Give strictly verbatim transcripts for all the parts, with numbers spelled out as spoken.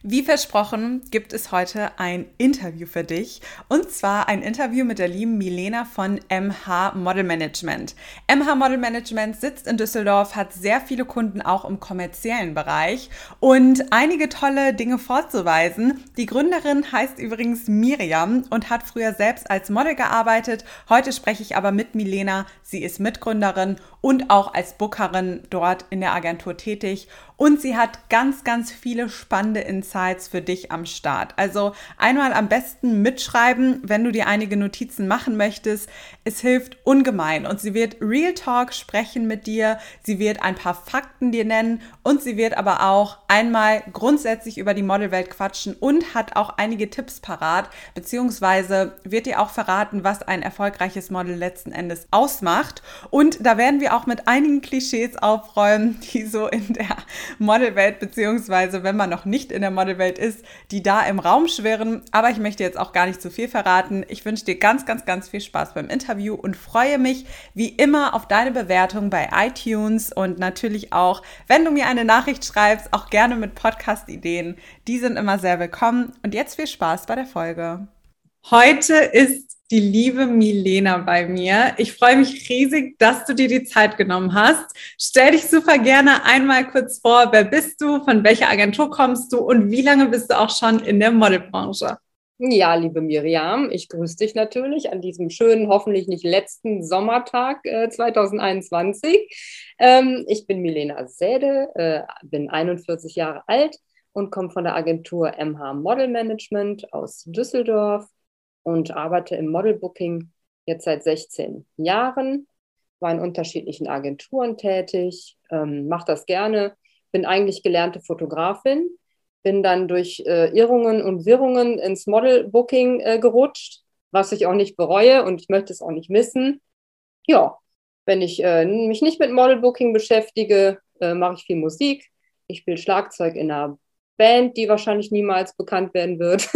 Wie versprochen gibt es heute ein Interview für dich und zwar ein Interview mit der lieben Milena von M H Model Management. M H Model Management sitzt in Düsseldorf, hat sehr viele Kunden auch im kommerziellen Bereich und einige tolle Dinge vorzuweisen. Die Gründerin heißt übrigens Miriam und hat früher selbst als Model gearbeitet. Heute spreche ich aber mit Milena. Sie ist Mitgründerin und auch als Bookerin dort in der Agentur tätig. Und sie hat ganz, ganz viele spannende Insights für dich am Start. Also einmal am besten mitschreiben, wenn du dir einige Notizen machen möchtest. Es hilft ungemein und sie wird Real Talk sprechen mit dir. Sie wird ein paar Fakten dir nennen und sie wird aber auch einmal grundsätzlich über die Modelwelt quatschen und hat auch einige Tipps parat, beziehungsweise wird dir auch verraten, was ein erfolgreiches Model letzten Endes ausmacht. Und da werden wir auch mit einigen Klischees aufräumen, die so in der Modelwelt, beziehungsweise wenn man noch nicht in der Modelwelt ist, die da im Raum schwirren. Aber ich möchte jetzt auch gar nicht zu viel verraten. Ich wünsche dir ganz, ganz, ganz viel Spaß beim Interview und freue mich wie immer auf deine Bewertung bei iTunes und natürlich auch, wenn du mir eine Nachricht schreibst, auch gerne mit Podcast-Ideen. Die sind immer sehr willkommen. Und jetzt viel Spaß bei der Folge. Heute ist die liebe Milena bei mir. Ich freue mich riesig, dass du dir die Zeit genommen hast. Stell dich super gerne einmal kurz vor. Wer bist du? Von welcher Agentur kommst du? Und wie lange bist du auch schon in der Modelbranche? Ja, liebe Miriam, ich grüße dich natürlich an diesem schönen, hoffentlich nicht letzten Sommertag äh, zwanzig einundzwanzig. Ähm, ich bin Milena Säde, äh, bin einundvierzig Jahre alt und komme von der Agentur M H Model Management aus Düsseldorf und arbeite im Modelbooking jetzt seit sechzehn Jahren, war in unterschiedlichen Agenturen tätig, ähm, mache das gerne, bin eigentlich gelernte Fotografin, bin dann durch äh, Irrungen und Wirrungen ins Modelbooking äh, gerutscht, was ich auch nicht bereue und ich möchte es auch nicht missen. Ja, wenn ich äh, mich nicht mit Modelbooking beschäftige, äh, mache ich viel Musik. Ich spiele Schlagzeug in einer Band, die wahrscheinlich niemals bekannt werden wird.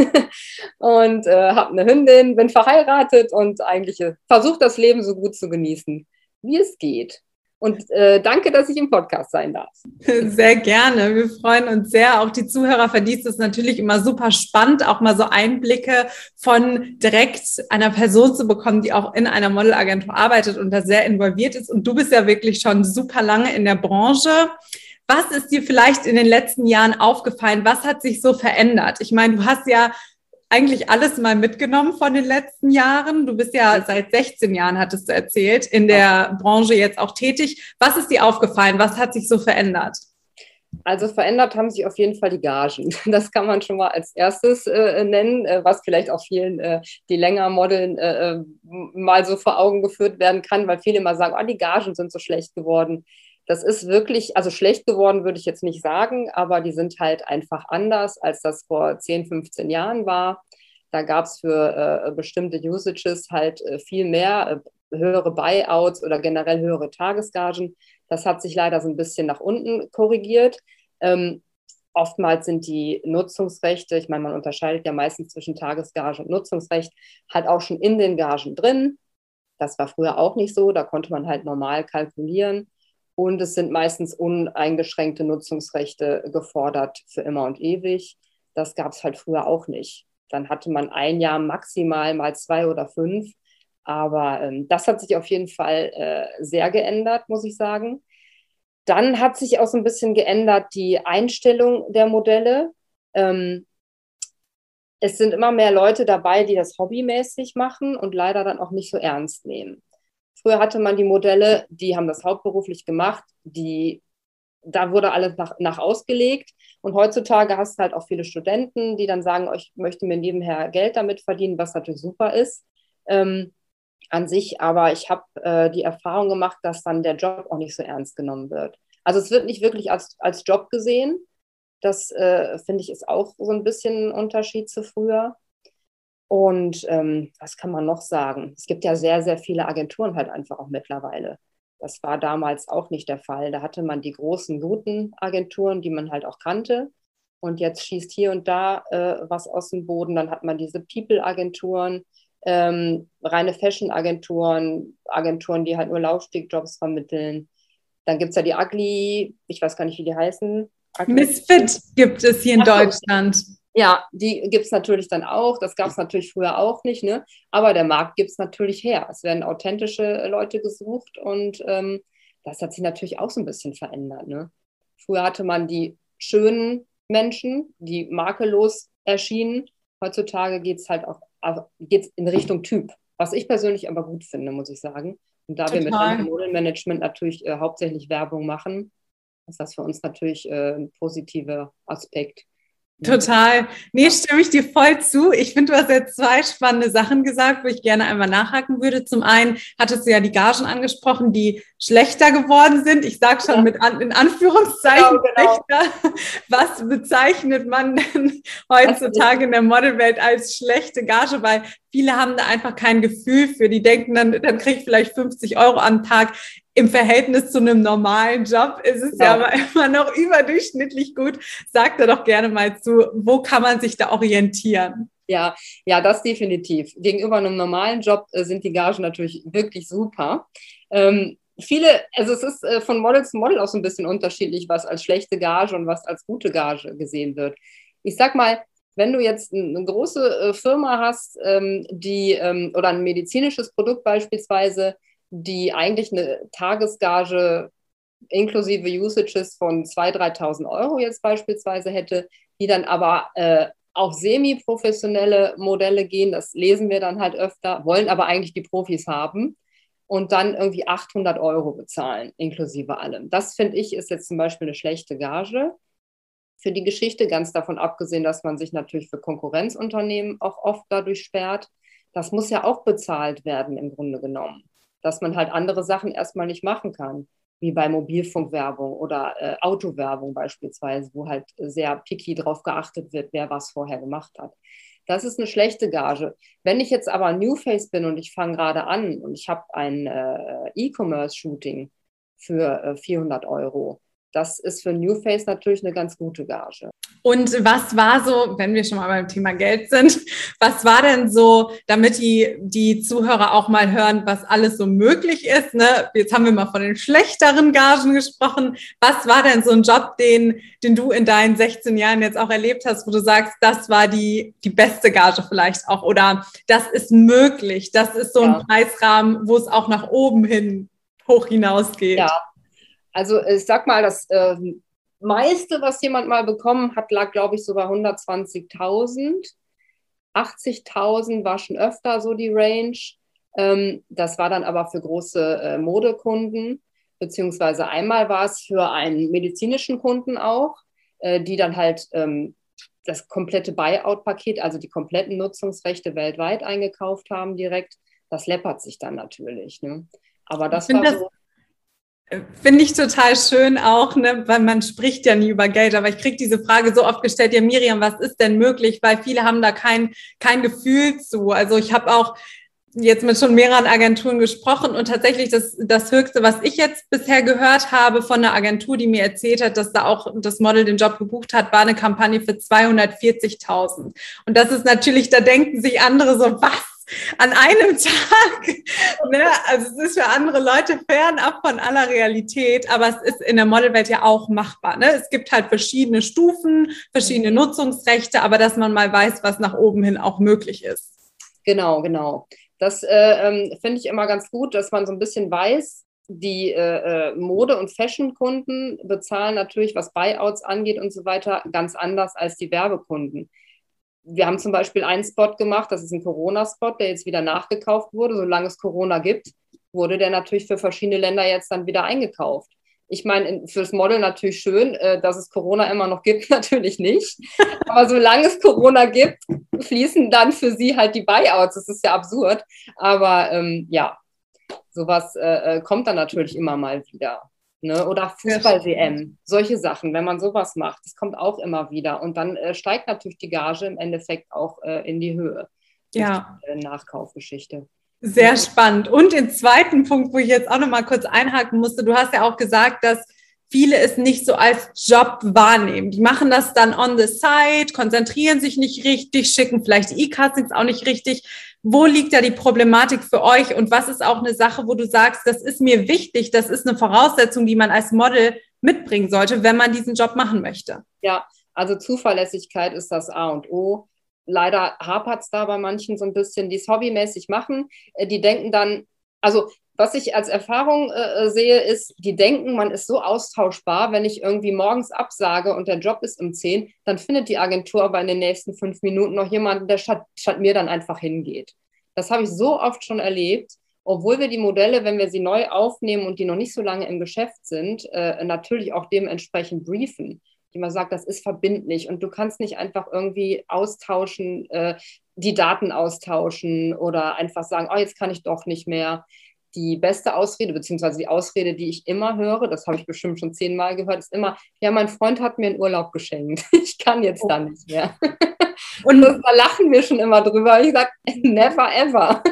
und äh, habe eine Hündin, bin verheiratet und eigentlich äh, versuche das Leben so gut zu genießen, wie es geht. Und äh, danke, dass ich im Podcast sein darf. Sehr gerne. Wir freuen uns sehr. Auch die Zuhörer verdienst es natürlich immer super spannend, auch mal so Einblicke von direkt einer Person zu bekommen, die auch in einer Modelagentur arbeitet und da sehr involviert ist. Und du bist ja wirklich schon super lange in der Branche. Was ist dir vielleicht in den letzten Jahren aufgefallen? Was hat sich so verändert? Ich meine, du hast ja eigentlich alles mal mitgenommen von den letzten Jahren. Du bist ja seit sechzehn Jahren, hattest du erzählt, in der Branche jetzt auch tätig. Was ist dir aufgefallen? Was hat sich so verändert? Also verändert haben sich auf jeden Fall die Gagen. Das kann man schon mal als erstes äh, nennen, äh, was vielleicht auch vielen, äh, die länger modeln, äh, mal so vor Augen geführt werden kann, weil viele immer sagen, oh, die Gagen sind so schlecht geworden. Das ist wirklich, also schlecht geworden würde ich jetzt nicht sagen, aber die sind halt einfach anders, als das vor zehn, fünfzehn Jahren war. Da gab es für äh, bestimmte Usages halt äh, viel mehr, äh, höhere Buyouts oder generell höhere Tagesgagen. Das hat sich leider so ein bisschen nach unten korrigiert. Ähm, oftmals sind die Nutzungsrechte, ich meine, man unterscheidet ja meistens zwischen Tagesgage und Nutzungsrecht, halt auch schon in den Gagen drin. Das war früher auch nicht so, da konnte man halt normal kalkulieren. Und es sind meistens uneingeschränkte Nutzungsrechte gefordert für immer und ewig. Das gab es halt früher auch nicht. Dann hatte man ein Jahr maximal mal zwei oder fünf. Aber ähm, das hat sich auf jeden Fall äh, sehr geändert, muss ich sagen. Dann hat sich auch so ein bisschen geändert die Einstellung der Modelle. Ähm, es sind immer mehr Leute dabei, die das hobbymäßig machen und leider dann auch nicht so ernst nehmen. Früher hatte man die Modelle, die haben das hauptberuflich gemacht, die, da wurde alles nach, nach ausgelegt. Und heutzutage hast du halt auch viele Studenten, die dann sagen, oh, ich möchte mir nebenher Geld damit verdienen, was natürlich super ist. Ähm, an sich, aber ich habe äh, die Erfahrung gemacht, dass dann der Job auch nicht so ernst genommen wird. Also es wird nicht wirklich als, als Job gesehen. Das äh, finde ich ist auch so ein bisschen ein Unterschied zu früher. Und ähm, was kann man noch sagen? Es gibt ja sehr, sehr viele Agenturen halt einfach auch mittlerweile. Das war damals auch nicht der Fall. Da hatte man die großen, guten Agenturen, die man halt auch kannte. Und jetzt schießt hier und da äh, was aus dem Boden. Dann hat man diese People-Agenturen, ähm, reine Fashion-Agenturen, Agenturen, die halt nur Laufstegjobs vermitteln. Dann gibt es ja die Ugly, ich weiß gar nicht, wie die heißen, Misfit gibt es hier in Ach, Deutschland. Ja, die gibt es natürlich dann auch. Das gab es natürlich früher auch nicht, ne? Aber der Markt gibt es natürlich her. Es werden authentische Leute gesucht und ähm, das hat sich natürlich auch so ein bisschen verändert, ne? Früher hatte man die schönen Menschen, die makellos erschienen. Heutzutage geht es halt auch geht's in Richtung Typ, was ich persönlich aber gut finde, muss ich sagen. Und da Total. wir mit Modelmanagement natürlich äh, hauptsächlich Werbung machen, ist das für uns natürlich äh, ein positiver Aspekt. Total. Nee, stimme ich dir voll zu. Ich finde, du hast jetzt zwei spannende Sachen gesagt, wo ich gerne einmal nachhaken würde. Zum einen hattest du ja die Gagen angesprochen, die schlechter geworden sind. Ich sage schon ja. mit an, in Anführungszeichen genau, genau. schlechter. Was bezeichnet man denn heutzutage in der Modelwelt als schlechte Gage? Weil viele haben da einfach kein Gefühl für. Die denken dann, dann kriege ich vielleicht fünfzig Euro am Tag. Im Verhältnis zu einem normalen Job ist es genau. ja aber immer noch überdurchschnittlich gut. Sag da doch gerne mal zu, wo kann man sich da orientieren? Ja, ja, das definitiv. Gegenüber einem normalen Job äh, sind die Gagen natürlich wirklich super. Ähm, viele, also es ist äh, von Model zu Model auch so ein bisschen unterschiedlich, was als schlechte Gage und was als gute Gage gesehen wird. Ich sag mal, wenn du jetzt eine große äh, Firma hast, ähm, die ähm, oder ein medizinisches Produkt beispielsweise, die eigentlich eine Tagesgage inklusive Usages von zweitausend, dreitausend Euro jetzt beispielsweise hätte, die dann aber äh, auf semi-professionelle Modelle gehen, das lesen wir dann halt öfter, wollen aber eigentlich die Profis haben und dann irgendwie achthundert Euro bezahlen, inklusive allem. Das, finde ich, ist jetzt zum Beispiel eine schlechte Gage für die Geschichte, ganz davon abgesehen, dass man sich natürlich für Konkurrenzunternehmen auch oft dadurch sperrt. Das muss ja auch bezahlt werden im Grunde genommen, dass man halt andere Sachen erstmal nicht machen kann, wie bei Mobilfunkwerbung oder äh, Autowerbung beispielsweise, wo halt sehr picky drauf geachtet wird, wer was vorher gemacht hat. Das ist eine schlechte Gage. Wenn ich jetzt aber New Face bin und ich fange gerade an und ich habe ein äh, E-Commerce-Shooting für äh, vierhundert Euro, das ist für New Face natürlich eine ganz gute Gage. Und was war so, wenn wir schon mal beim Thema Geld sind, was war denn so, damit die, die Zuhörer auch mal hören, was alles so möglich ist, ne? Jetzt haben wir mal von den schlechteren Gagen gesprochen. Was war denn so ein Job, den, den du in deinen sechzehn Jahren jetzt auch erlebt hast, wo du sagst, das war die, die beste Gage vielleicht auch oder das ist möglich, das ist so ein ja. Preisrahmen, wo es auch nach oben hin hoch hinausgeht? Ja. Also ich sag mal, das äh, meiste, was jemand mal bekommen hat, lag, glaube ich, so bei hundertzwanzigtausend. achtzigtausend war schon öfter so die Range. Ähm, das war dann aber für große äh, Modekunden, beziehungsweise einmal war es für einen medizinischen Kunden auch, äh, die dann halt ähm, das komplette Buyout-Paket, also die kompletten Nutzungsrechte weltweit eingekauft haben direkt. Das läppert sich dann natürlich. Ne? Aber das war so... Finde ich total schön auch, ne, weil man spricht ja nie über Geld, aber ich kriege diese Frage so oft gestellt, ja Miriam, was ist denn möglich? Weil viele haben da kein, kein Gefühl zu. Also ich habe auch jetzt mit schon mehreren Agenturen gesprochen und tatsächlich das, das Höchste, was ich jetzt bisher gehört habe von einer Agentur, die mir erzählt hat, dass da auch das Model den Job gebucht hat, war eine Kampagne für zweihundertvierzigtausend. Und das ist natürlich, da denken sich andere so, was? An einem Tag, ne? Also es ist für andere Leute fernab von aller Realität, aber es ist in der Modelwelt ja auch machbar. Ne? Es gibt halt verschiedene Stufen, verschiedene mhm. Nutzungsrechte, aber dass man mal weiß, was nach oben hin auch möglich ist. Genau, genau. Das äh, finde ich immer ganz gut, dass man so ein bisschen weiß, die äh, Mode- und Fashion-Kunden bezahlen natürlich, was Buyouts angeht und so weiter, ganz anders als die Werbekunden. Wir haben zum Beispiel einen Spot gemacht, das ist ein Corona-Spot, der jetzt wieder nachgekauft wurde. Solange es Corona gibt, wurde der natürlich für verschiedene Länder jetzt dann wieder eingekauft. Ich meine, fürs Model natürlich schön, dass es Corona immer noch gibt, natürlich nicht. Aber solange es Corona gibt, fließen dann für sie halt die Buyouts. Das ist ja absurd. Aber ähm, ja, sowas äh, kommt dann natürlich immer mal wieder. Ne? Oder Fußball-W M, solche Sachen, wenn man sowas macht, das kommt auch immer wieder. Und dann äh, steigt natürlich die Gage im Endeffekt auch äh, in die Höhe. Ja. Die, äh, Nachkaufgeschichte. Sehr spannend. Und den zweiten Punkt, wo ich jetzt auch noch mal kurz einhaken musste, du hast ja auch gesagt, dass viele es nicht so als Job wahrnehmen. Die machen das dann on the side, konzentrieren sich nicht richtig, schicken vielleicht die E-Castings auch nicht richtig. Wo liegt da die Problematik für euch und was ist auch eine Sache, wo du sagst, das ist mir wichtig, das ist eine Voraussetzung, die man als Model mitbringen sollte, wenn man diesen Job machen möchte. Ja, also Zuverlässigkeit ist das A und O. Leider hapert es da bei manchen so ein bisschen, die es hobbymäßig machen. Die denken dann, also was ich als Erfahrung äh, sehe, ist, die denken, man ist so austauschbar, wenn ich irgendwie morgens absage und der Job ist um zehn, dann findet die Agentur aber in den nächsten fünf Minuten noch jemanden, der statt, statt mir dann einfach hingeht. Das habe ich so oft schon erlebt, obwohl wir die Modelle, wenn wir sie neu aufnehmen und die noch nicht so lange im Geschäft sind, äh, natürlich auch dementsprechend briefen. Die man sagt, das ist verbindlich und du kannst nicht einfach irgendwie austauschen, äh, die Daten austauschen oder einfach sagen, oh, jetzt kann ich doch nicht mehr. Die beste Ausrede, beziehungsweise die Ausrede, die ich immer höre, das habe ich bestimmt schon zehnmal gehört, ist immer, ja, mein Freund hat mir einen Urlaub geschenkt. Ich kann jetzt da nicht mehr. Und das, da lachen wir schon immer drüber. Ich sage, never ever.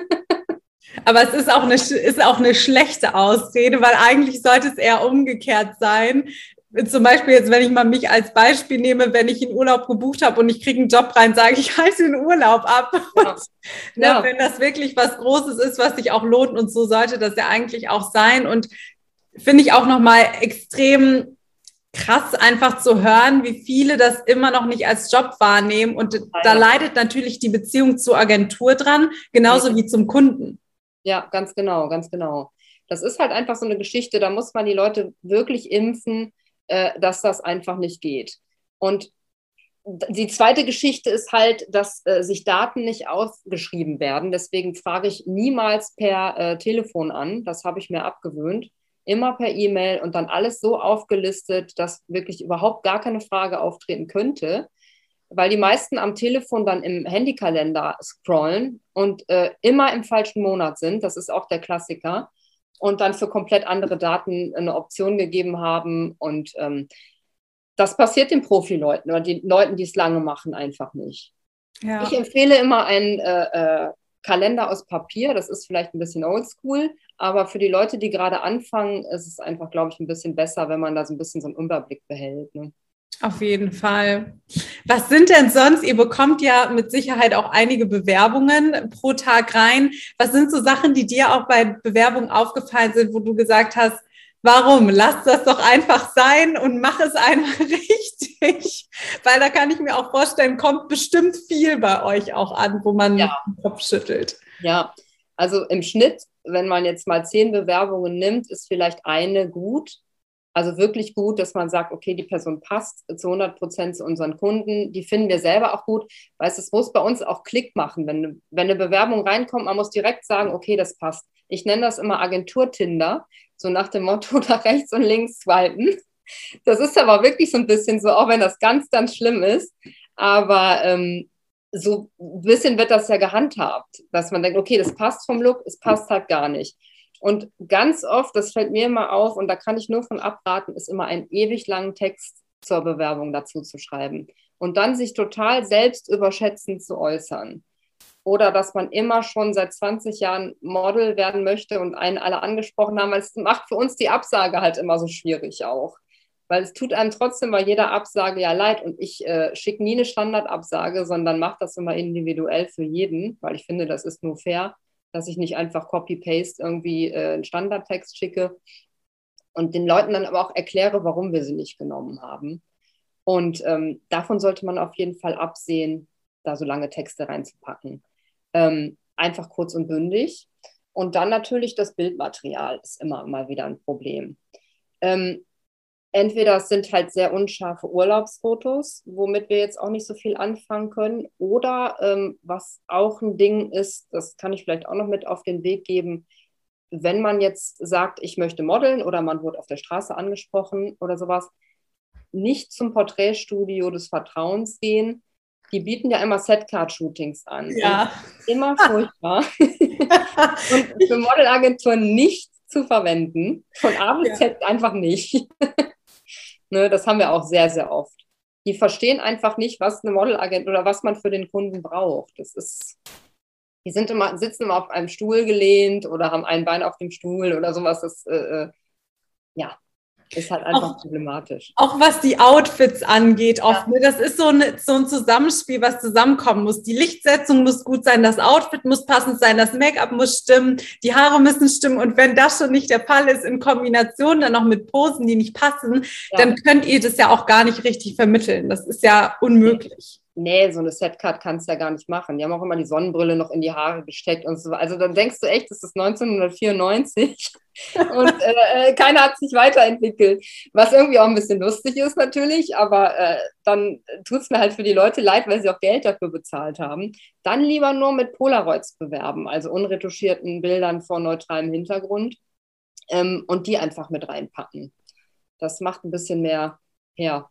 Aber es ist auch, eine, ist auch eine schlechte Ausrede, weil eigentlich sollte es eher umgekehrt sein. Zum Beispiel jetzt, wenn ich mal mich als Beispiel nehme, wenn ich einen Urlaub gebucht habe und ich kriege einen Job rein, sage ich, halte den Urlaub ab. Ja. Und, ja. Ne, wenn das wirklich was Großes ist, was sich auch lohnt und so sollte das ja eigentlich auch sein. Und finde ich auch nochmal extrem krass einfach zu hören, wie viele das immer noch nicht als Job wahrnehmen. Und ja. Da leidet natürlich die Beziehung zur Agentur dran, genauso ja. wie zum Kunden. Ja, ganz genau, ganz genau. Das ist halt einfach so eine Geschichte, da muss man die Leute wirklich impfen, äh, dass das einfach nicht geht. Und die zweite Geschichte ist halt, dass äh, sich Daten nicht aufgeschrieben werden. Deswegen frage ich niemals per äh, Telefon an. Das habe ich mir abgewöhnt. Immer per E-Mail und dann alles so aufgelistet, dass wirklich überhaupt gar keine Frage auftreten könnte. Weil die meisten am Telefon dann im Handykalender scrollen und äh, immer im falschen Monat sind. Das ist auch der Klassiker. Und dann für komplett andere Daten eine Option gegeben haben. Und ähm, das passiert den Profileuten oder den Leuten, die es lange machen, einfach nicht. Ja. Ich empfehle immer einen äh, äh, Kalender aus Papier. Das ist vielleicht ein bisschen oldschool, aber für die Leute, die gerade anfangen, ist es einfach, glaube ich, ein bisschen besser, wenn man da so ein bisschen so einen Überblick behält. Ne? Auf jeden Fall. Was sind denn sonst, ihr bekommt ja mit Sicherheit auch einige Bewerbungen pro Tag rein. Was sind so Sachen, die dir auch bei Bewerbungen aufgefallen sind, wo du gesagt hast, warum? Lass das doch einfach sein und mach es einfach richtig. Weil da kann ich mir auch vorstellen, kommt bestimmt viel bei euch auch an, wo man ja. den Kopf schüttelt. Ja, also im Schnitt, wenn man jetzt mal zehn Bewerbungen nimmt, ist vielleicht eine gut. Also wirklich gut, dass man sagt, okay, die Person passt zu hundert Prozent zu unseren Kunden. Die finden wir selber auch gut. Weißt du, es muss bei uns auch Klick machen. Wenn, wenn eine Bewerbung reinkommt, man muss direkt sagen, okay, das passt. Ich nenne das immer Agentur-Tinder, so nach dem Motto, nach rechts und links swipen. Das ist aber wirklich so ein bisschen so, auch wenn das ganz, ganz schlimm ist. Aber ähm, so ein bisschen wird das ja gehandhabt, dass man denkt, okay, das passt vom Look, es passt halt gar nicht. Und ganz oft, das fällt mir immer auf, und da kann ich nur von abraten, ist immer einen ewig langen Text zur Bewerbung dazu zu schreiben. Und dann sich total selbst überschätzend zu äußern. Oder dass man immer schon seit zwanzig Jahren Model werden möchte und einen alle angesprochen haben. Es macht für uns die Absage halt immer so schwierig auch. Weil es tut einem trotzdem bei jeder Absage ja leid. Und ich äh, schicke nie eine Standardabsage, sondern mache das immer individuell für jeden, weil ich finde, das ist nur fair, dass ich nicht einfach Copy-Paste irgendwie äh, einen Standardtext schicke und den Leuten dann aber auch erkläre, warum wir sie nicht genommen haben. Und ähm, davon sollte man auf jeden Fall absehen, da so lange Texte reinzupacken. Ähm, einfach kurz und bündig. Und dann natürlich das Bildmaterial ist immer mal wieder ein Problem. Ähm, Entweder es sind halt sehr unscharfe Urlaubsfotos, womit wir jetzt auch nicht so viel anfangen können. Oder ähm, was auch ein Ding ist, das kann ich vielleicht auch noch mit auf den Weg geben, wenn man jetzt sagt, ich möchte modeln oder man wird auf der Straße angesprochen oder sowas, nicht zum Porträtstudio des Vertrauens gehen. Die bieten ja immer Setcard-Shootings an. Ja. Immer furchtbar. Und für Modelagenturen nicht zu verwenden. Von A bis Z ja. einfach nicht. Ne, das haben wir auch sehr, sehr oft. Die verstehen einfach nicht, was eine Modelagent oder was man für den Kunden braucht. Das ist, die sind immer, sitzen immer auf einem Stuhl gelehnt oder haben ein Bein auf dem Stuhl oder sowas. Das, äh, ja. Ist halt einfach auch, problematisch. auch was die Outfits angeht, oft. Ja. Ne? Das ist so ein, so ein Zusammenspiel, was zusammenkommen muss. Die Lichtsetzung muss gut sein, das Outfit muss passend sein, das Make-up muss stimmen, die Haare müssen stimmen. Und wenn das schon nicht der Fall ist, in Kombination dann noch mit Posen, die nicht passen, Ja. dann könnt ihr das ja auch gar nicht richtig vermitteln. Das ist ja unmöglich. Nee, so eine Setcard kannst du ja gar nicht machen. Die haben auch immer die Sonnenbrille noch in die Haare gesteckt und so. Also dann denkst du echt, das ist neunzehnhundertvierundneunzig und äh, keiner hat sich weiterentwickelt. Was irgendwie auch ein bisschen lustig ist natürlich, aber äh, dann tut es mir halt für die Leute leid, weil sie auch Geld dafür bezahlt haben. Dann lieber nur mit Polaroids bewerben, also unretuschierten Bildern vor neutralem Hintergrund ähm, und die einfach mit reinpacken. Das macht ein bisschen mehr her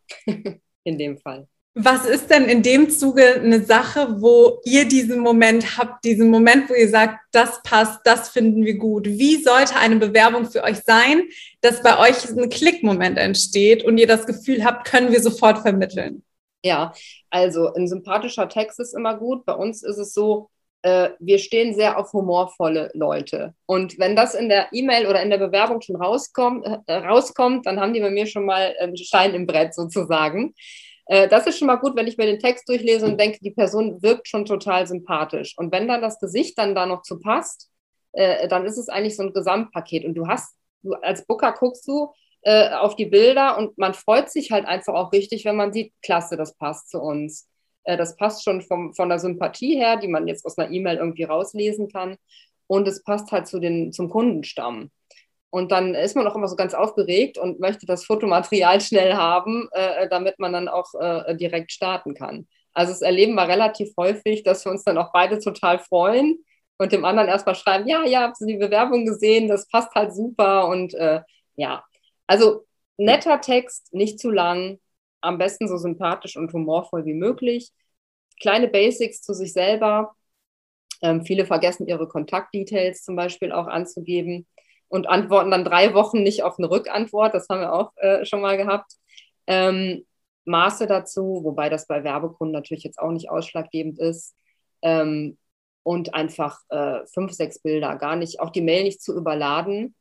in dem Fall. Was ist denn in dem Zuge eine Sache, wo ihr diesen Moment habt, diesen Moment, wo ihr sagt, das passt, das finden wir gut? Wie sollte eine Bewerbung für euch sein, dass bei euch ein Klickmoment entsteht und ihr das Gefühl habt, können wir sofort vermitteln? Ja, also ein sympathischer Text ist immer gut. Bei uns ist es so, äh, wir stehen sehr auf humorvolle Leute. Und wenn das in der E-Mail oder in der Bewerbung schon rauskommt, äh, rauskommt, dann haben die bei mir schon mal einen Stein im Brett sozusagen. Das ist schon mal gut, wenn ich mir den Text durchlese und denke, die Person wirkt schon total sympathisch. Und wenn dann das Gesicht dann da noch zu passt, äh, dann ist es eigentlich so ein Gesamtpaket. Und du hast, du als Booker guckst du äh, auf die Bilder und man freut sich halt einfach auch richtig, wenn man sieht, klasse, das passt zu uns. Äh, das passt schon vom, von der Sympathie her, die man jetzt aus einer E-Mail irgendwie rauslesen kann. Und es passt halt zu den, zum Kundenstamm. Und dann ist man auch immer so ganz aufgeregt und möchte das Fotomaterial schnell haben, äh, damit man dann auch äh, direkt starten kann. Also das erleben wir relativ häufig, dass wir uns dann auch beide total freuen und dem anderen erstmal schreiben, ja, ja, habt ihr die Bewerbung gesehen, das passt halt super. Und äh, ja, also netter Text, nicht zu lang, am besten so sympathisch und humorvoll wie möglich. Kleine Basics zu sich selber. Ähm, viele vergessen ihre Kontaktdetails zum Beispiel auch anzugeben und antworten dann drei Wochen nicht auf eine Rückantwort. Das haben wir auch äh, schon mal gehabt. Ähm, Maße dazu, wobei das bei Werbekunden natürlich jetzt auch nicht ausschlaggebend ist. Ähm, und einfach äh, fünf, sechs Bilder, gar nicht, auch die Mail nicht zu überladen.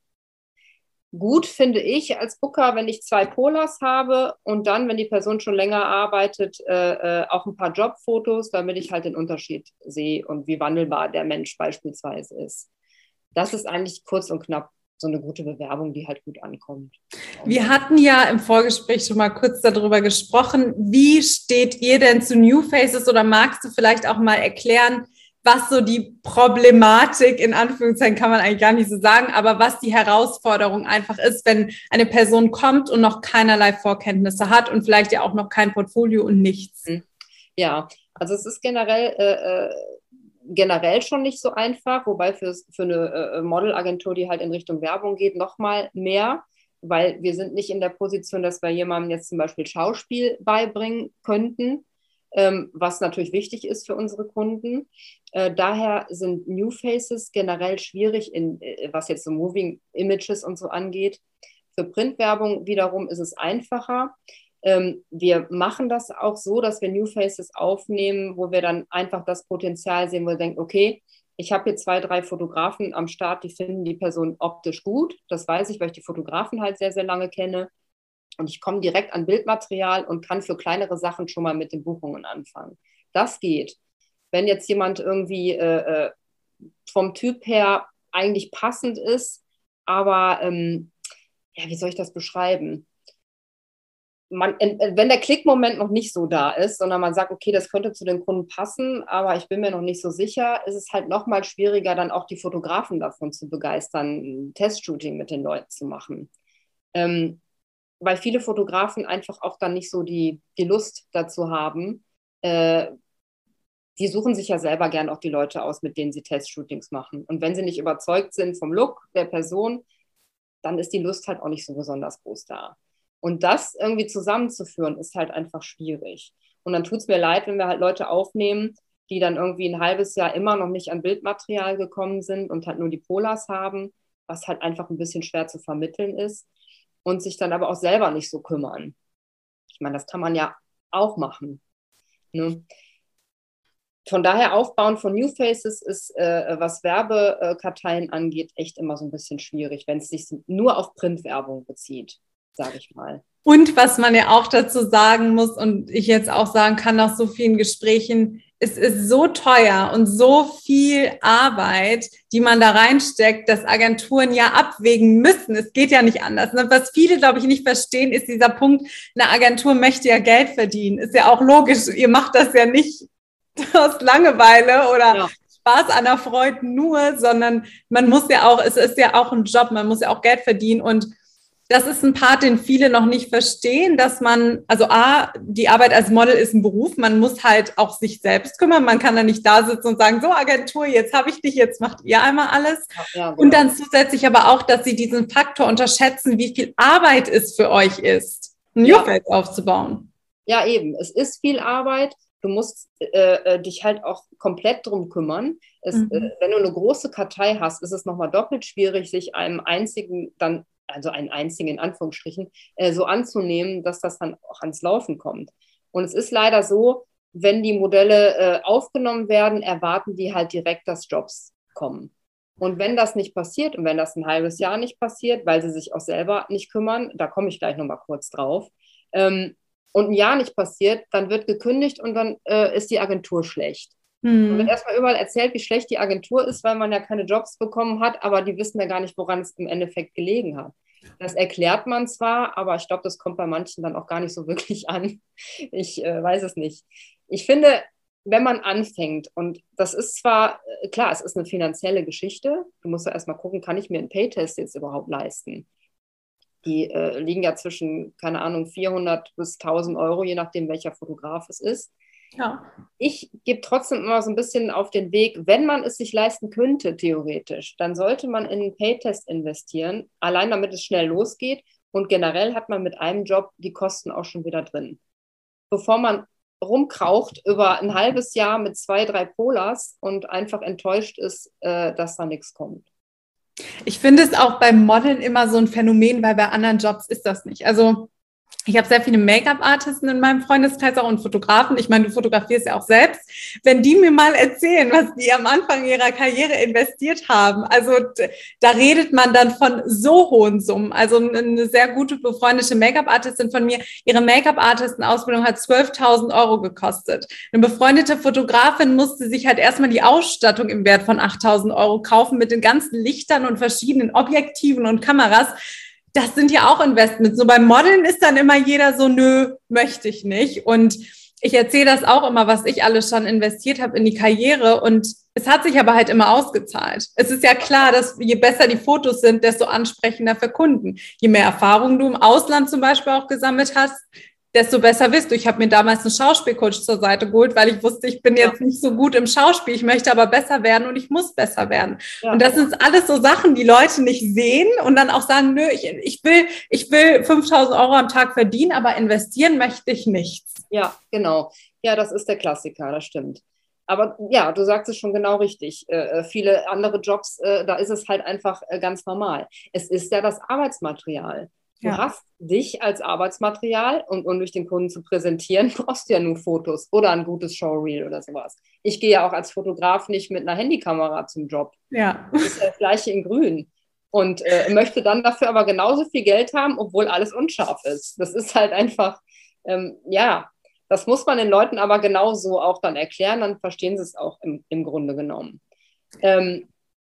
Gut finde ich als Booker, wenn ich zwei Polars habe und dann, wenn die Person schon länger arbeitet, äh, äh, auch ein paar Jobfotos, damit ich halt den Unterschied sehe und wie wandelbar der Mensch beispielsweise ist. Das ist eigentlich kurz und knapp so eine gute Bewerbung, die halt gut ankommt. Wir hatten ja im Vorgespräch schon mal kurz darüber gesprochen. Wie steht ihr denn zu New Faces oder magst du vielleicht auch mal erklären, was so die Problematik, in Anführungszeichen kann man eigentlich gar nicht so sagen, aber was die Herausforderung einfach ist, wenn eine Person kommt und noch keinerlei Vorkenntnisse hat und vielleicht ja auch noch kein Portfolio und nichts? Ja, also es ist generell äh, generell schon nicht so einfach, wobei für, für eine äh, Modelagentur, die halt in Richtung Werbung geht, nochmal mehr, weil wir sind nicht in der Position, dass wir jemandem jetzt zum Beispiel Schauspiel beibringen könnten, ähm, was natürlich wichtig ist für unsere Kunden. Äh, daher sind New Faces generell schwierig, in, äh, was jetzt so Moving Images und so angeht. Für Printwerbung wiederum ist es einfacher. Ähm, wir machen das auch so, dass wir New Faces aufnehmen, wo wir dann einfach das Potenzial sehen, wo wir denken, okay, ich habe hier zwei, drei Fotografen am Start, die finden die Person optisch gut. Das weiß ich, weil ich die Fotografen halt sehr, sehr lange kenne. Und ich komme direkt an Bildmaterial und kann für kleinere Sachen schon mal mit den Buchungen anfangen. Das geht. Wenn jetzt jemand irgendwie äh, vom Typ her eigentlich passend ist, aber ähm, ja, wie soll ich das beschreiben? Man, wenn der Klickmoment noch nicht so da ist, sondern man sagt, okay, das könnte zu den Kunden passen, aber ich bin mir noch nicht so sicher, ist es halt noch mal schwieriger, dann auch die Fotografen davon zu begeistern, ein Testshooting mit den Leuten zu machen. Ähm, weil viele Fotografen einfach auch dann nicht so die, die Lust dazu haben. Äh, die suchen sich ja selber gern auch die Leute aus, mit denen sie Testshootings machen. Und wenn sie nicht überzeugt sind vom Look der Person, dann ist die Lust halt auch nicht so besonders groß da. Und das irgendwie zusammenzuführen, ist halt einfach schwierig. Und dann tut es mir leid, wenn wir halt Leute aufnehmen, die dann irgendwie ein halbes Jahr immer noch nicht an Bildmaterial gekommen sind und halt nur die Polars haben, was halt einfach ein bisschen schwer zu vermitteln ist und sich dann aber auch selber nicht so kümmern. Ich meine, das kann man ja auch machen. Ne? Von daher Aufbauen von New Faces ist, äh, was Werbekarteien angeht, echt immer so ein bisschen schwierig, wenn es sich nur auf Printwerbung bezieht. sage ich mal. Und was man ja auch dazu sagen muss und ich jetzt auch sagen kann nach so vielen Gesprächen, es ist so teuer und so viel Arbeit, die man da reinsteckt, dass Agenturen ja abwägen müssen. Es geht ja nicht anders. Was viele, glaube ich, nicht verstehen, ist dieser Punkt, eine Agentur möchte ja Geld verdienen. Ist ja auch logisch. Ihr macht das ja nicht aus Langeweile oder ja. Spaß an der Freude nur, sondern man muss ja auch, es ist ja auch ein Job, man muss ja auch Geld verdienen und das ist ein Part, den viele noch nicht verstehen, dass man, also A, die Arbeit als Model ist ein Beruf, man muss halt auch sich selbst kümmern, man kann da nicht da sitzen und sagen, so Agentur, jetzt habe ich dich, jetzt macht ihr einmal alles. Ja, ja, genau. Und dann zusätzlich aber auch, dass sie diesen Faktor unterschätzen, wie viel Arbeit es für euch ist, ein ja. Newface aufzubauen. Ja, eben, es ist viel Arbeit. Du musst äh, dich halt auch komplett drum kümmern. Es, mhm. äh, wenn du eine große Kartei hast, ist es nochmal doppelt schwierig, sich einem einzigen dann also einen einzigen in Anführungsstrichen, äh, so anzunehmen, dass das dann auch ans Laufen kommt. Und es ist leider so, wenn die Modelle äh, aufgenommen werden, erwarten die halt direkt, dass Jobs kommen. Und wenn das nicht passiert und wenn das ein halbes Jahr nicht passiert, weil sie sich auch selber nicht kümmern, da komme ich gleich nochmal kurz drauf, ähm, und ein Jahr nicht passiert, dann wird gekündigt und dann äh, ist die Agentur schlecht. Mhm. Und wird erstmal überall erzählt, wie schlecht die Agentur ist, weil man ja keine Jobs bekommen hat, aber die wissen ja gar nicht, woran es im Endeffekt gelegen hat. Das erklärt man zwar, aber ich glaube, das kommt bei manchen dann auch gar nicht so wirklich an. Ich äh, weiß es nicht. Ich finde, wenn man anfängt, und das ist zwar, äh, klar, es ist eine finanzielle Geschichte, du musst ja erstmal gucken, kann ich mir einen Paytest jetzt überhaupt leisten? Die äh, liegen ja zwischen, keine Ahnung, vierhundert bis tausend Euro, je nachdem, welcher Fotograf es ist. Ja. Ich gebe trotzdem immer so ein bisschen auf den Weg, wenn man es sich leisten könnte, theoretisch, dann sollte man in einen Paytest investieren, allein damit es schnell losgeht und generell hat man mit einem Job die Kosten auch schon wieder drin. Bevor man rumkraucht über ein halbes Jahr mit zwei, drei Polars und einfach enttäuscht ist, äh, dass da nichts kommt. Ich finde es auch beim Modeln immer so ein Phänomen, weil bei anderen Jobs ist das nicht. Also ich habe sehr viele Make-up-Artisten in meinem Freundeskreis auch und Fotografen. Ich meine, du fotografierst ja auch selbst. Wenn die mir mal erzählen, was die am Anfang ihrer Karriere investiert haben, also da redet man dann von so hohen Summen. Also eine sehr gute befreundete Make-up-Artistin von mir, ihre Make-up-Artisten-Ausbildung hat zwölftausend Euro gekostet. Eine befreundete Fotografin musste sich halt erstmal die Ausstattung im Wert von achttausend Euro kaufen mit den ganzen Lichtern und verschiedenen Objektiven und Kameras. Das sind ja auch Investments. So beim Modeln ist dann immer jeder so, nö, möchte ich nicht. Und ich erzähle das auch immer, was ich alles schon investiert habe in die Karriere. Und es hat sich aber halt immer ausgezahlt. Es ist ja klar, dass je besser die Fotos sind, desto ansprechender für Kunden. Je mehr Erfahrung du im Ausland zum Beispiel auch gesammelt hast, desto besser bist du. Ich habe mir damals einen Schauspielcoach zur Seite geholt, weil ich wusste, ich bin jetzt ja. nicht so gut im Schauspiel, ich möchte aber besser werden und ich muss besser werden. Ja. Und das sind alles so Sachen, die Leute nicht sehen und dann auch sagen, nö, ich, ich will, ich will fünftausend Euro am Tag verdienen, aber investieren möchte ich nichts. Ja, genau. Ja, das ist der Klassiker, das stimmt. Aber ja, du sagst es schon genau richtig. Äh, viele andere Jobs, äh, da ist es halt einfach äh, ganz normal. Es ist ja das Arbeitsmaterial. Du ja. hast dich als Arbeitsmaterial und um durch den Kunden zu präsentieren, brauchst du ja nur Fotos oder ein gutes Showreel oder sowas. Ich gehe ja auch als Fotograf nicht mit einer Handykamera zum Job. Ja. Das ist ja das Gleiche in Grün. Und äh, möchte dann dafür aber genauso viel Geld haben, obwohl alles unscharf ist. Das ist halt einfach, ähm, ja, das muss man den Leuten aber genauso auch dann erklären, dann verstehen sie es auch im, im Grunde genommen. Ähm,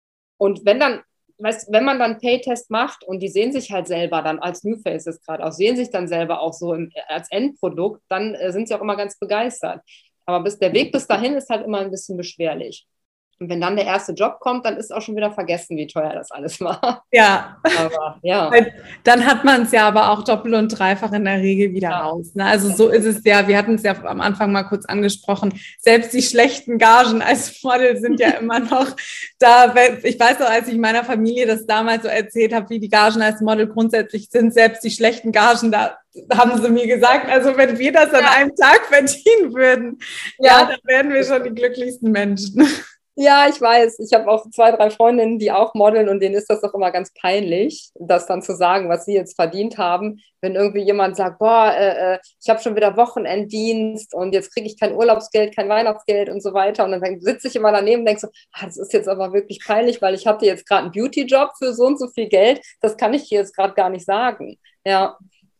und wenn dann Weißt, wenn man dann Paytest macht und die sehen sich halt selber dann als New Faces gerade auch, sehen sich dann selber auch so im, als Endprodukt, dann äh, sind sie auch immer ganz begeistert. Aber bis, der Weg bis dahin ist halt immer ein bisschen beschwerlich. Und wenn dann der erste Job kommt, dann ist auch schon wieder vergessen, wie teuer das alles war. Ja. Aber, ja. Dann hat man es ja aber auch doppelt und dreifach in der Regel wieder ja. raus. Ne? Also so ist es ja, wir hatten es ja am Anfang mal kurz angesprochen, selbst die schlechten Gagen als Model sind ja immer noch da. Ich weiß noch, als ich meiner Familie das damals so erzählt habe, wie die Gagen als Model grundsätzlich sind, selbst die schlechten Gagen, da haben sie mir gesagt, also wenn wir das an ja. einem Tag verdienen würden, ja, ja dann wären wir schon die glücklichsten Menschen. Ja, ich weiß. Ich habe auch zwei, drei Freundinnen, die auch modeln und denen ist das doch immer ganz peinlich, das dann zu sagen, was sie jetzt verdient haben. Wenn irgendwie jemand sagt, boah, äh, ich habe schon wieder Wochenenddienst und jetzt kriege ich kein Urlaubsgeld, kein Weihnachtsgeld und so weiter. Und dann sitze ich immer daneben und denke so, ah, das ist jetzt aber wirklich peinlich, weil ich hatte jetzt gerade einen Beauty-Job für so und so viel Geld. Das kann ich hier jetzt gerade gar nicht sagen. Ja.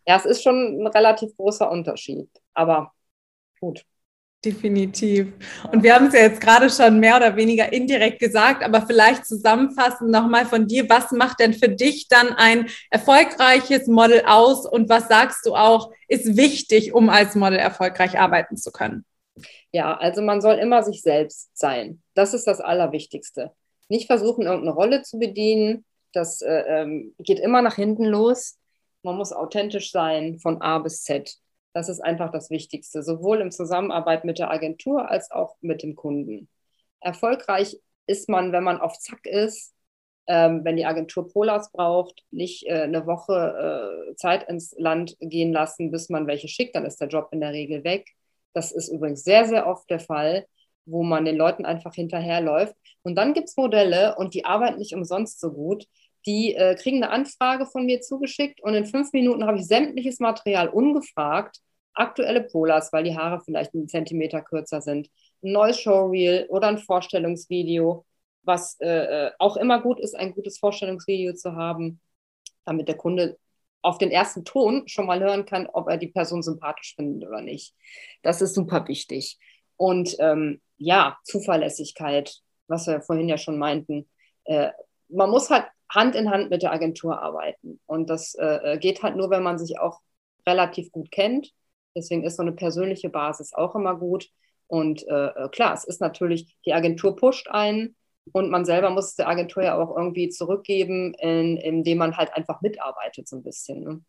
Ja, es ist schon ein relativ großer Unterschied, aber gut. Definitiv. Und wir haben es ja jetzt gerade schon mehr oder weniger indirekt gesagt, aber vielleicht zusammenfassend nochmal von dir, was macht denn für dich dann ein erfolgreiches Model aus und was sagst du auch, ist wichtig, um als Model erfolgreich arbeiten zu können? Ja, also man soll immer sich selbst sein. Das ist das Allerwichtigste. Nicht versuchen, irgendeine Rolle zu bedienen. Das äh, ähm, geht immer nach hinten los. Man muss authentisch sein von A bis Z. Das ist einfach das Wichtigste, sowohl in Zusammenarbeit mit der Agentur als auch mit dem Kunden. Erfolgreich ist man, wenn man auf Zack ist, ähm, wenn die Agentur Polars braucht, nicht äh, eine Woche äh, Zeit ins Land gehen lassen, bis man welche schickt, dann ist der Job in der Regel weg. Das ist übrigens sehr, sehr oft der Fall, wo man den Leuten einfach hinterherläuft. Und dann gibt es Modelle und die arbeiten nicht umsonst so gut. Die äh, kriegen eine Anfrage von mir zugeschickt und in fünf Minuten habe ich sämtliches Material ungefragt, aktuelle Polars, weil die Haare vielleicht einen Zentimeter kürzer sind, ein neues Showreel oder ein Vorstellungsvideo, was äh, auch immer gut ist, ein gutes Vorstellungsvideo zu haben, damit der Kunde auf den ersten Ton schon mal hören kann, ob er die Person sympathisch findet oder nicht. Das ist super wichtig. Und ähm, ja, Zuverlässigkeit, was wir vorhin ja schon meinten. Äh, man muss halt Hand in Hand mit der Agentur arbeiten. Und das äh, geht halt nur, wenn man sich auch relativ gut kennt. Deswegen ist so eine persönliche Basis auch immer gut. Und äh, klar, es ist natürlich, die Agentur pusht einen, und man selber muss es der Agentur ja auch irgendwie zurückgeben, in, indem man halt einfach mitarbeitet so ein bisschen. Ne?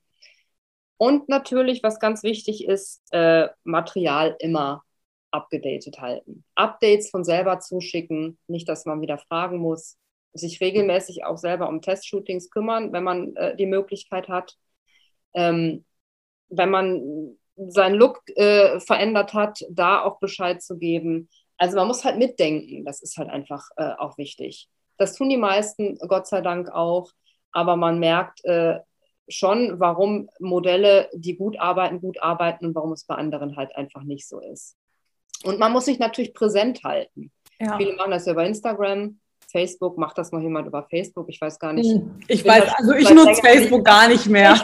Und natürlich, was ganz wichtig ist, äh, Material immer abgedatet halten. Updates von selber zuschicken, nicht, dass man wieder fragen muss. Sich regelmäßig auch selber um Testshootings kümmern, wenn man äh, die Möglichkeit hat. Ähm, wenn man seinen Look äh, verändert hat, da auch Bescheid zu geben. Also man muss halt mitdenken, das ist halt einfach äh, auch wichtig. Das tun die meisten, Gott sei Dank auch, aber man merkt äh, schon, warum Modelle, die gut arbeiten, gut arbeiten und warum es bei anderen halt einfach nicht so ist. Und man muss sich natürlich präsent halten. Ja. Viele machen das ja über Instagram, Facebook, macht das noch jemand über Facebook? Ich weiß gar nicht. Ich, ich weiß, also ich nutze Facebook nicht. gar nicht mehr.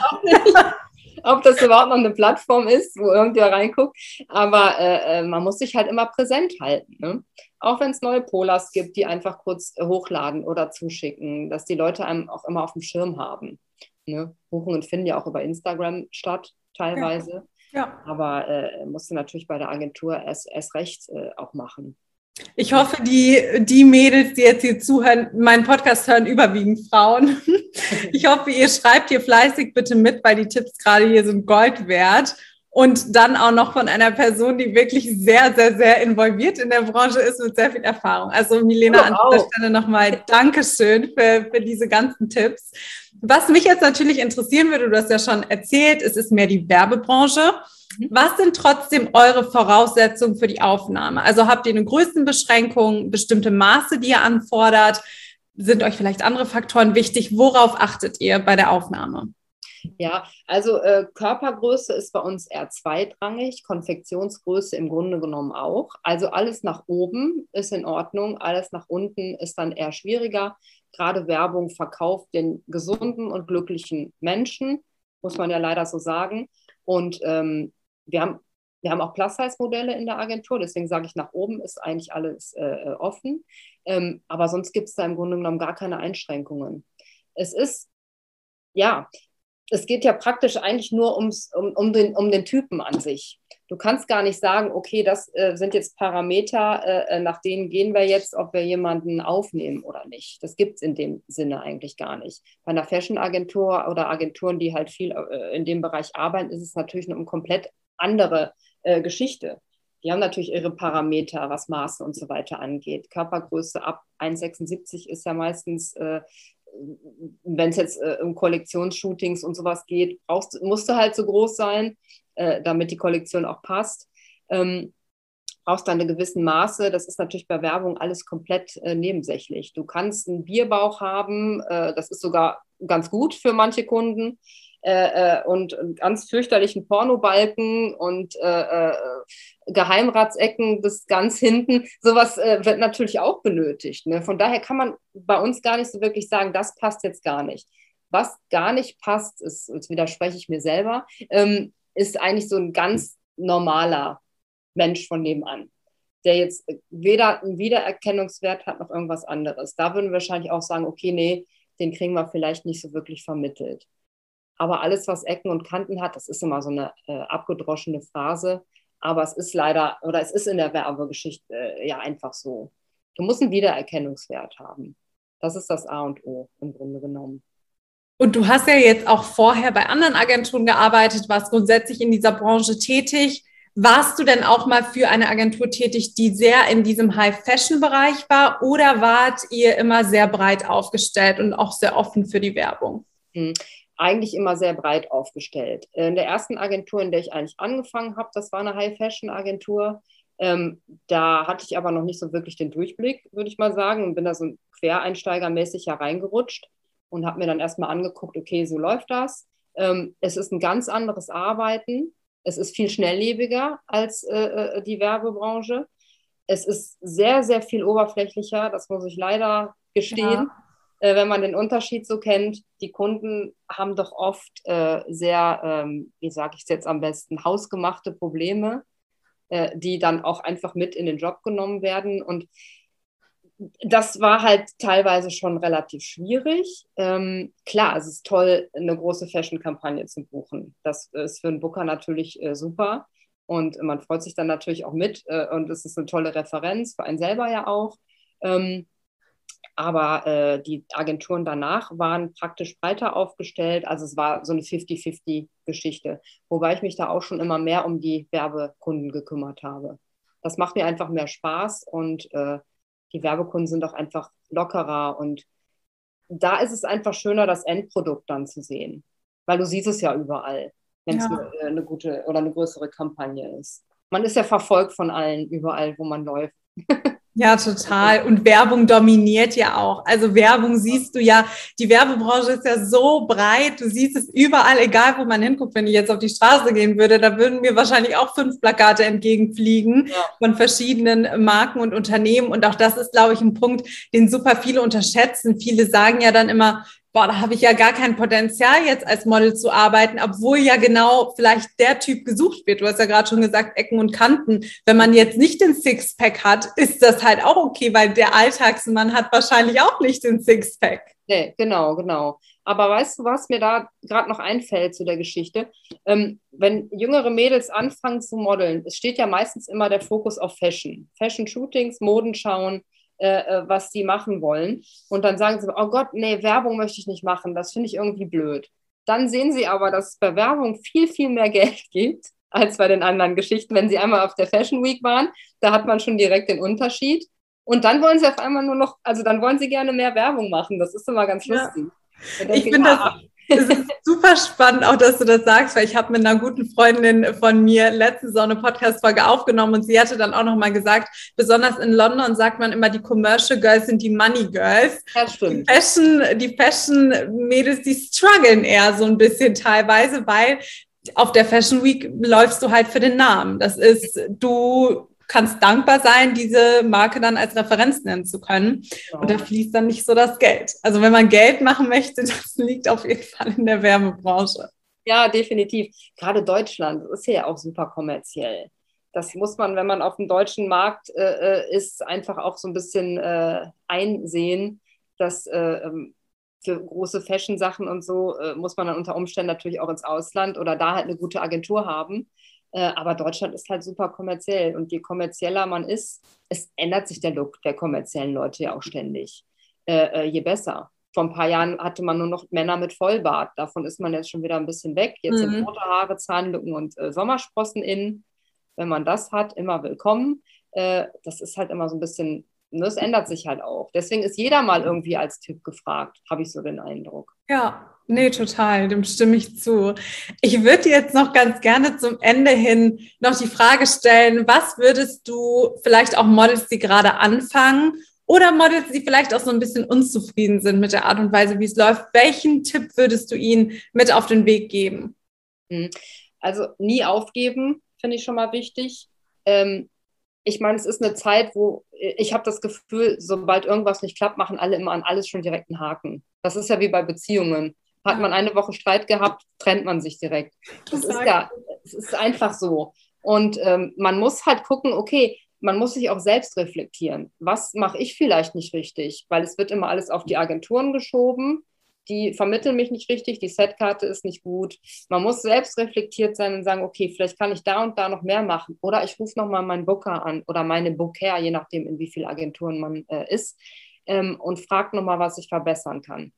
Ob das überhaupt noch eine Plattform ist, wo irgendwer reinguckt. Aber äh, man muss sich halt immer präsent halten. Ne? Auch wenn es neue Polars gibt, die einfach kurz äh, hochladen oder zuschicken, dass die Leute einem auch immer auf dem Schirm haben. Ne? Buchungen finden ja auch über Instagram statt, teilweise. Ja. Ja. Aber äh, musst du natürlich bei der Agentur erst, erst recht äh, auch machen. Ich hoffe, die, die Mädels, die jetzt hier zuhören, meinen Podcast hören, überwiegend Frauen. Ich hoffe, ihr schreibt hier fleißig bitte mit, weil die Tipps gerade hier sind Gold wert. Und dann auch noch von einer Person, die wirklich sehr, sehr, sehr involviert in der Branche ist mit sehr viel Erfahrung. Also Milena, an dieser Stelle nochmal Dankeschön für, für diese ganzen Tipps. Was mich jetzt natürlich interessieren würde, du hast ja schon erzählt, es ist mehr die Werbebranche. Was sind trotzdem eure Voraussetzungen für die Aufnahme? Also habt ihr eine Größenbeschränkung, bestimmte Maße, die ihr anfordert? Sind euch vielleicht andere Faktoren wichtig? Worauf achtet ihr bei der Aufnahme? Ja, also äh, Körpergröße ist bei uns eher zweitrangig, Konfektionsgröße im Grunde genommen auch. Also alles nach oben ist in Ordnung, alles nach unten ist dann eher schwieriger. Gerade Werbung verkauft den gesunden und glücklichen Menschen, muss man ja leider so sagen. Und ähm, wir haben, wir haben auch Plus-Size-Modelle in der Agentur, deswegen sage ich, nach oben ist eigentlich alles äh, offen. Ähm, aber sonst gibt es da im Grunde genommen gar keine Einschränkungen. Es ist, ja, es geht ja praktisch eigentlich nur ums, um, um, den, um den Typen an sich. Du kannst gar nicht sagen, okay, das äh, sind jetzt Parameter, äh, nach denen gehen wir jetzt, ob wir jemanden aufnehmen oder nicht. Das gibt es in dem Sinne eigentlich gar nicht. Bei einer Fashion-Agentur oder Agenturen, die halt viel äh, in dem Bereich arbeiten, ist es natürlich eine komplett andere äh, Geschichte. Die haben natürlich ihre Parameter, was Maße und so weiter angeht. Körpergröße ab eins Komma sechsundsiebzig ist ja meistens... Äh, wenn es jetzt äh, um Kollektionsshootings und sowas geht, brauchst, musst du halt so groß sein, äh, damit die Kollektion auch passt. Ähm, brauchst dann eine gewissen Maße. Das ist natürlich bei Werbung alles komplett äh, nebensächlich. Du kannst einen Bierbauch haben, äh, das ist sogar ganz gut für manche Kunden, äh, äh, und einen ganz fürchterlichen Pornobalken und äh, äh, Geheimratsecken bis ganz hinten. Sowas äh, wird natürlich auch benötigt. Ne? Von daher kann man bei uns gar nicht so wirklich sagen, das passt jetzt gar nicht. Was gar nicht passt, ist, jetzt widerspreche ich mir selber, ähm, ist eigentlich so ein ganz normaler Mensch von nebenan, der jetzt weder einen Wiedererkennungswert hat noch irgendwas anderes. Da würden wir wahrscheinlich auch sagen, okay, nee, den kriegen wir vielleicht nicht so wirklich vermittelt. Aber alles, was Ecken und Kanten hat, das ist immer so eine äh, abgedroschene Phrase, aber es ist leider, oder es ist in der Werbegeschichte äh, ja einfach so. Du musst einen Wiedererkennungswert haben. Das ist das A und O im Grunde genommen. Und du hast ja jetzt auch vorher bei anderen Agenturen gearbeitet, warst grundsätzlich in dieser Branche tätig. Warst du denn auch mal für eine Agentur tätig, die sehr in diesem High-Fashion-Bereich war, oder wart ihr immer sehr breit aufgestellt und auch sehr offen für die Werbung? Hm. Eigentlich immer sehr breit aufgestellt. In der ersten Agentur, in der ich eigentlich angefangen habe, das war eine High-Fashion-Agentur. Ähm, da hatte ich aber noch nicht so wirklich den Durchblick, würde ich mal sagen, und bin da so quereinsteigermäßig hereingerutscht und habe mir dann erstmal angeguckt, okay, so läuft das. Ähm, es ist ein ganz anderes Arbeiten. Es ist viel schnelllebiger als äh, die Werbebranche. Es ist sehr, sehr viel oberflächlicher, das muss ich leider gestehen. Ja. Äh, wenn man den Unterschied so kennt, die Kunden haben doch oft äh, sehr, ähm, wie sage ich es jetzt am besten, hausgemachte Probleme, äh, die dann auch einfach mit in den Job genommen werden. Und das war halt teilweise schon relativ schwierig. Ähm, klar, es ist toll, eine große Fashion-Kampagne zu buchen. Das ist für einen Booker natürlich äh, super. Und man freut sich dann natürlich auch mit. Äh, und es ist eine tolle Referenz, für einen selber ja auch. Ähm, aber äh, die Agenturen danach waren praktisch breiter aufgestellt. Also es war so eine fünfzig fünfzig-Geschichte. Wobei ich mich da auch schon immer mehr um die Werbekunden gekümmert habe. Das macht mir einfach mehr Spaß und äh, die Werbekunden sind auch einfach lockerer und da ist es einfach schöner, das Endprodukt dann zu sehen, weil du siehst es ja überall, wenn es Ja. eine, eine gute oder eine größere Kampagne ist. Man ist ja verfolgt von allen überall, wo man läuft. Ja, total. Und Werbung dominiert ja auch. Also Werbung siehst du ja, die Werbebranche ist ja so breit, du siehst es überall, egal wo man hinguckt. Wenn ich jetzt auf die Straße gehen würde, da würden mir wahrscheinlich auch fünf Plakate entgegenfliegen Ja. von verschiedenen Marken und Unternehmen. Und auch das ist, glaube ich, ein Punkt, den super viele unterschätzen. Viele sagen ja dann immer, boah, da habe ich ja gar kein Potenzial, jetzt als Model zu arbeiten, obwohl ja genau vielleicht der Typ gesucht wird. Du hast ja gerade schon gesagt, Ecken und Kanten. Wenn man jetzt nicht den Sixpack hat, ist das halt auch okay, weil der Alltagsmann hat wahrscheinlich auch nicht den Sixpack. Nee, genau, genau. Aber weißt du, was mir da gerade noch einfällt zu der Geschichte? Ähm, wenn jüngere Mädels anfangen zu modeln, es steht ja meistens immer der Fokus auf Fashion. Fashion-Shootings, Modenschauen, äh, was die machen wollen. Und dann sagen sie, oh Gott, nee, Werbung möchte ich nicht machen, das finde ich irgendwie blöd. Dann sehen sie aber, dass es bei Werbung viel, viel mehr Geld gibt als bei den anderen Geschichten. Wenn sie einmal auf der Fashion Week waren, da hat man schon direkt den Unterschied. Und dann wollen sie auf einmal nur noch, also dann wollen sie gerne mehr Werbung machen. Das ist immer ganz lustig. Ja. Ich, ich finde das, es ist super spannend, auch dass du das sagst, weil ich habe mit einer guten Freundin von mir letztens so eine Podcast-Folge aufgenommen und sie hatte dann auch nochmal gesagt, besonders in London sagt man immer, die Commercial Girls sind die Money Girls. Ja, stimmt. Die Fashion, die Fashion-Mädels, die strugglen eher so ein bisschen teilweise, weil auf der Fashion Week läufst du halt für den Namen. Das ist, du kannst dankbar sein, diese Marke dann als Referenz nennen zu können. Genau. Und da fließt dann nicht so das Geld. Also wenn man Geld machen möchte, das liegt auf jeden Fall in der Werbebranche. Ja, definitiv. Gerade Deutschland ist ja auch super kommerziell. Das muss man, wenn man auf dem deutschen Markt äh, ist, einfach auch so ein bisschen äh, einsehen, dass äh, für große Fashion-Sachen und so äh, muss man dann unter Umständen natürlich auch ins Ausland oder da halt eine gute Agentur haben. Äh, aber Deutschland ist halt super kommerziell und je kommerzieller man ist, es ändert sich der Look der kommerziellen Leute ja auch ständig, äh, je besser. Vor ein paar Jahren hatte man nur noch Männer mit Vollbart, davon ist man jetzt schon wieder ein bisschen weg. Jetzt mhm. sind rote Haare, Zahnlücken und äh, Sommersprossen in. Wenn man das hat, immer willkommen. Äh, das ist halt immer so ein bisschen, das ändert sich halt auch. Deswegen ist jeder mal irgendwie als Typ gefragt, habe ich so den Eindruck. Ja, nee, total, dem stimme ich zu. Ich würde jetzt noch ganz gerne zum Ende hin noch die Frage stellen, was würdest du vielleicht auch Models, die gerade anfangen oder Models, die vielleicht auch so ein bisschen unzufrieden sind mit der Art und Weise, wie es läuft, welchen Tipp würdest du ihnen mit auf den Weg geben? Also nie aufgeben, finde ich schon mal wichtig. Ähm, ich meine, es ist eine Zeit, wo ich habe das Gefühl, sobald irgendwas nicht klappt, machen alle immer an alles schon direkt einen Haken. Das ist ja wie bei Beziehungen. Hat man eine Woche Streit gehabt, trennt man sich direkt. Das ist ja, es ist einfach so. Und ähm, man muss halt gucken, okay, man muss sich auch selbst reflektieren. Was mache ich vielleicht nicht richtig? Weil es wird immer alles auf die Agenturen geschoben. Die vermitteln mich nicht richtig, die Setkarte ist nicht gut. Man muss selbst reflektiert sein und sagen, okay, vielleicht kann ich da und da noch mehr machen. Oder ich rufe nochmal meinen Booker an oder meine Booker, je nachdem, in wie vielen Agenturen man äh, ist, ähm, und frage nochmal, was ich verbessern kann.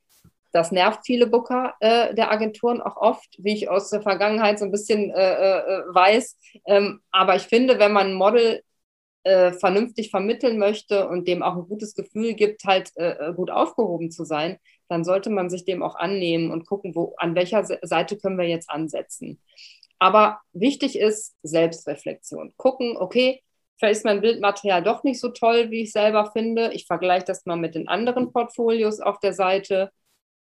Das nervt viele Booker äh, der Agenturen auch oft, wie ich aus der Vergangenheit so ein bisschen äh, äh, weiß. Ähm, aber ich finde, wenn man ein Model äh, vernünftig vermitteln möchte und dem auch ein gutes Gefühl gibt, halt äh, gut aufgehoben zu sein, dann sollte man sich dem auch annehmen und gucken, wo, an welcher Seite können wir jetzt ansetzen. Aber wichtig ist Selbstreflexion. Gucken, okay, vielleicht ist mein Bildmaterial doch nicht so toll, wie ich selber finde. Ich vergleiche das mal mit den anderen Portfolios auf der Seite.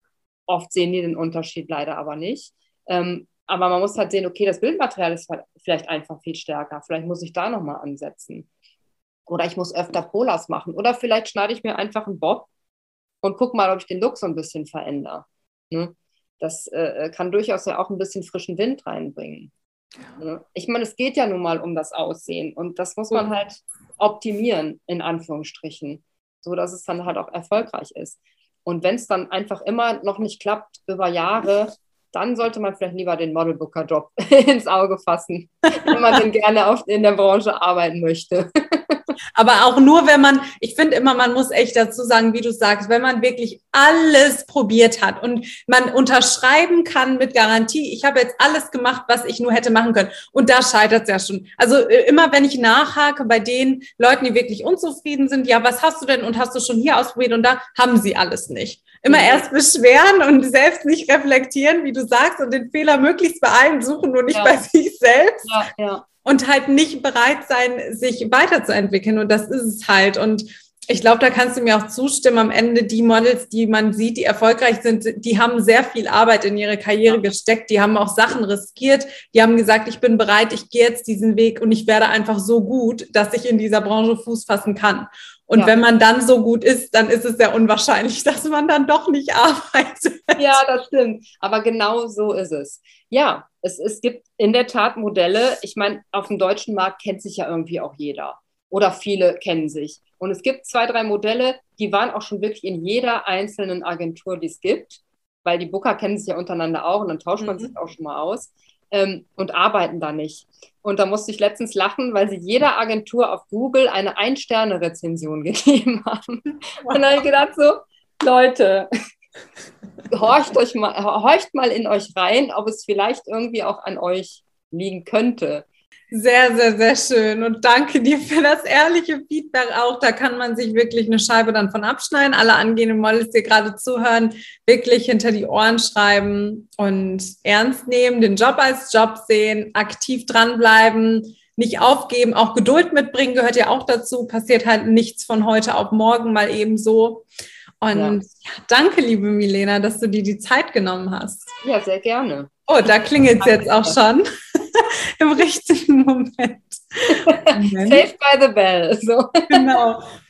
Oft sehen die den Unterschied leider aber nicht. Ähm, aber man muss halt sehen, okay, das Bildmaterial ist vielleicht einfach viel stärker. Vielleicht muss ich da nochmal ansetzen. Oder ich muss öfter Polars machen. Oder vielleicht schneide ich mir einfach einen Bob und guck mal, ob ich den Look so ein bisschen verändere. Ne? Das äh, kann durchaus ja auch ein bisschen frischen Wind reinbringen. Ne? Ich meine, es geht ja nun mal um das Aussehen. Und das muss man halt optimieren, in Anführungsstrichen, so dass es dann halt auch erfolgreich ist. Und wenn es dann einfach immer noch nicht klappt über Jahre, dann sollte man vielleicht lieber den Modelbooker-Job ins Auge fassen, wenn man denn gerne oft in der Branche arbeiten möchte. Aber auch nur, wenn man, ich finde immer, man muss echt dazu sagen, wie du sagst, wenn man wirklich alles probiert hat und man unterschreiben kann mit Garantie, ich habe jetzt alles gemacht, was ich nur hätte machen können. Und da scheitert es ja schon. Also immer, wenn ich nachhake bei den Leuten, die wirklich unzufrieden sind, ja, was hast du denn und hast du schon hier ausprobiert und da haben sie alles nicht. Immer erst beschweren und selbst nicht reflektieren, wie du sagst, und den Fehler möglichst bei allen suchen und nicht ja. bei sich selbst. Ja, ja. Und halt nicht bereit sein, sich weiterzuentwickeln. Und das ist es halt. Und ich glaube, da kannst du mir auch zustimmen. Am Ende die Models, die man sieht, die erfolgreich sind, die haben sehr viel Arbeit in ihre Karriere ja. gesteckt. Die haben auch Sachen riskiert. Die haben gesagt, ich bin bereit, ich gehe jetzt diesen Weg und ich werde einfach so gut, dass ich in dieser Branche Fuß fassen kann. Und ja. wenn man dann so gut ist, dann ist es sehr unwahrscheinlich, dass man dann doch nicht arbeitet. Ja, das stimmt. Aber genau so ist es. Ja, es, es gibt in der Tat Modelle. Ich meine, auf dem deutschen Markt kennt sich ja irgendwie auch jeder. Oder viele kennen sich. Und es gibt zwei, drei Modelle, die waren auch schon wirklich in jeder einzelnen Agentur, die es gibt. Weil die Booker kennen sich ja untereinander auch und dann tauscht man mhm. sich auch schon mal aus. Ähm, und arbeiten da nicht. Und da musste ich letztens lachen, weil sie jeder Agentur auf Google eine Ein-Sterne-Rezension gegeben haben. Wow. Und dann habe ich gedacht so, Leute, horcht, euch mal, horcht mal in euch rein, ob es vielleicht irgendwie auch an euch liegen könnte. Sehr, sehr, sehr schön. Und danke dir für das ehrliche Feedback auch. Da kann man sich wirklich eine Scheibe dann von abschneiden. Alle angehenden Models, die gerade zuhören, wirklich hinter die Ohren schreiben und ernst nehmen, den Job als Job sehen, aktiv dranbleiben, nicht aufgeben, auch Geduld mitbringen, gehört ja auch dazu. Passiert halt nichts von heute auf morgen mal eben so. Und ja. Ja, danke, liebe Milena, dass du dir die Zeit genommen hast. Ja, sehr gerne. Oh, da klingelt es jetzt auch schon. Im richtigen Moment. Moment. Saved by the bell. So. Genau.